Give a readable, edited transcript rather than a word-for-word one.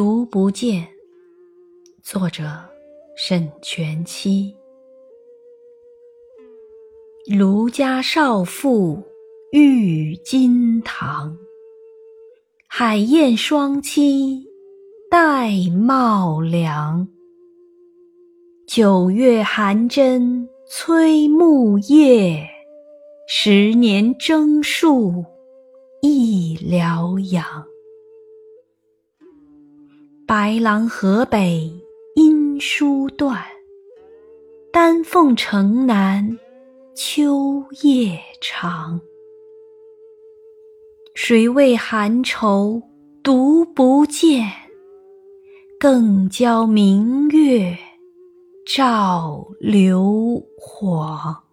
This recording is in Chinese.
独不见。作者沈佺期。卢家少妇郁金堂，海晏双栖戴帽梁。9月寒针催木叶，10年征戍忆辽阳。白狼河北音书断，丹凤城南秋夜长。谁为寒愁独不见，更教明月照流黄。